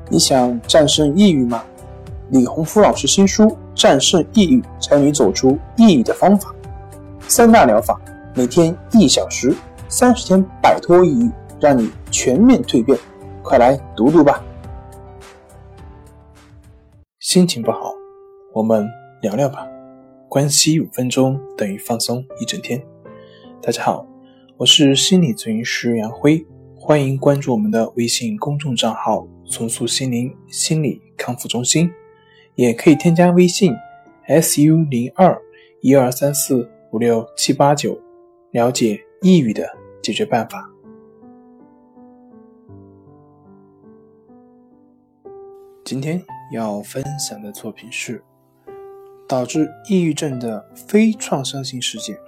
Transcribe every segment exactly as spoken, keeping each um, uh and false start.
你想战胜抑郁吗？李洪福老师新书《战胜抑郁》教你走出抑郁的方法，三大疗法，每天一小时，三十天摆脱抑郁，让你全面蜕变。快来读读吧。心情不好，我们聊聊吧。关系五分钟等于放松一整天。大家好，我是心理咨询师杨辉，欢迎关注我们的微信公众账号重塑心灵心理康复中心，也可以添加微信 S U 零二 一二三四五六七八九 了解抑郁的解决办法。今天要分享的作品是导致抑郁症的非创伤性事件。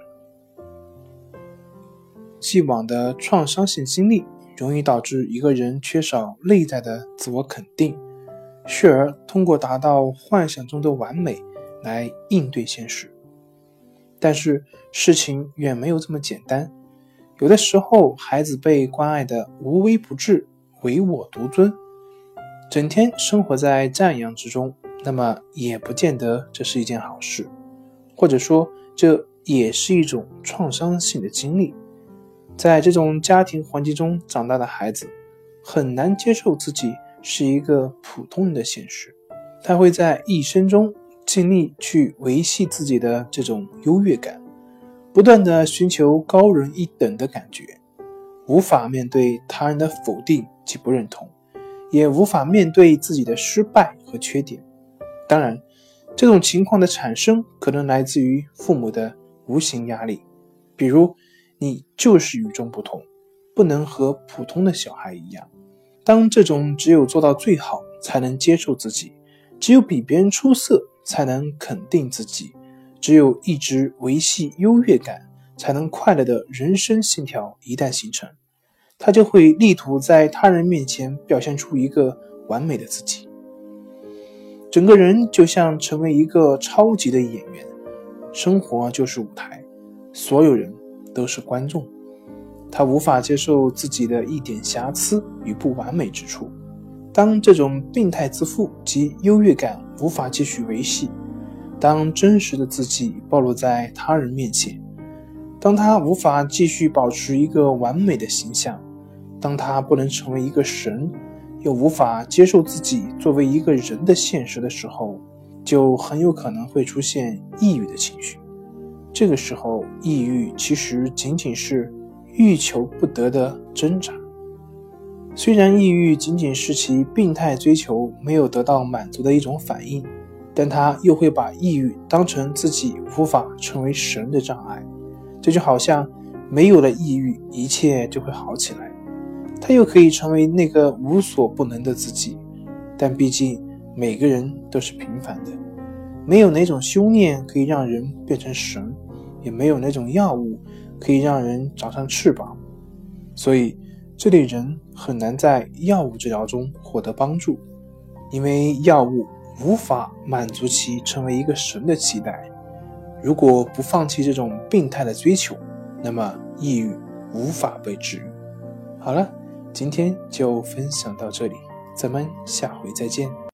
既往的创伤性经历容易导致一个人缺少内在的自我肯定，继而通过达到幻想中的完美来应对现实。但是事情远没有这么简单，有的时候孩子被关爱的无微不至，唯我独尊，整天生活在赞扬之中，那么也不见得这是一件好事，或者说这也是一种创伤性的经历。在这种家庭环境中长大的孩子很难接受自己是一个普通人的现实，他会在一生中尽力去维系自己的这种优越感，不断地寻求高人一等的感觉，无法面对他人的否定及不认同，也无法面对自己的失败和缺点。当然，这种情况的产生可能来自于父母的无形压力，比如你就是与众不同，不能和普通的小孩一样。当这种只有做到最好才能接受自己，只有比别人出色才能肯定自己，只有一直维系优越感才能快乐的人生信条一旦形成，他就会力图在他人面前表现出一个完美的自己。整个人就像成为一个超级的演员，生活就是舞台，所有人都是观众。他无法接受自己的一点瑕疵与不完美之处。当这种病态自负及优越感无法继续维系，当真实的自己暴露在他人面前，当他无法继续保持一个完美的形象，当他不能成为一个神，又无法接受自己作为一个人的现实的时候，就很有可能会出现抑郁的情绪。这个时候，抑郁其实仅仅是欲求不得的挣扎。虽然抑郁仅仅是其病态追求没有得到满足的一种反应，但他又会把抑郁当成自己无法成为神的障碍。这就好像没有了抑郁，一切就会好起来。他又可以成为那个无所不能的自己，但毕竟每个人都是平凡的，没有哪种修炼可以让人变成神，也没有哪种药物可以让人长上翅膀，所以这类人很难在药物治疗中获得帮助，因为药物无法满足其成为一个神的期待。如果不放弃这种病态的追求，那么抑郁无法被治愈。好了，今天就分享到这里，咱们下回再见。